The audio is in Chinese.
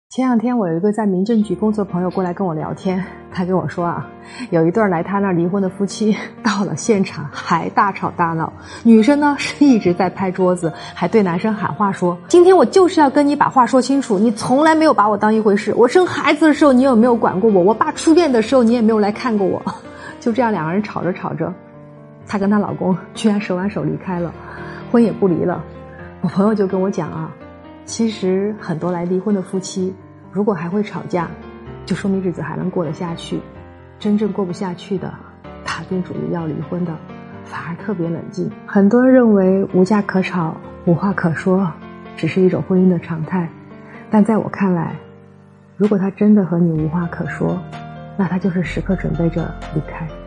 前两天我有一个在民政局工作的朋友过来跟我聊天，他跟我说啊，有一对来他那儿离婚的夫妻到了现场还大吵大闹，女生呢是一直在拍桌子，还对男生喊话说，今天我就是要跟你把话说清楚，你从来没有把我当一回事，我生孩子的时候你有没有管过我，我爸出院的时候你也没有来看过我。就这样两个人吵着吵着，她跟她老公居然手挽手离开了，婚也不离了。我朋友就跟我讲啊，其实很多来离婚的夫妻如果还会吵架，就说明日子还能过得下去。真正过不下去的，打定主意要离婚的，反而特别冷静。很多人认为无家可吵，无话可说，只是一种婚姻的常态。但在我看来，如果他真的和你无话可说，那他就是时刻准备着离开。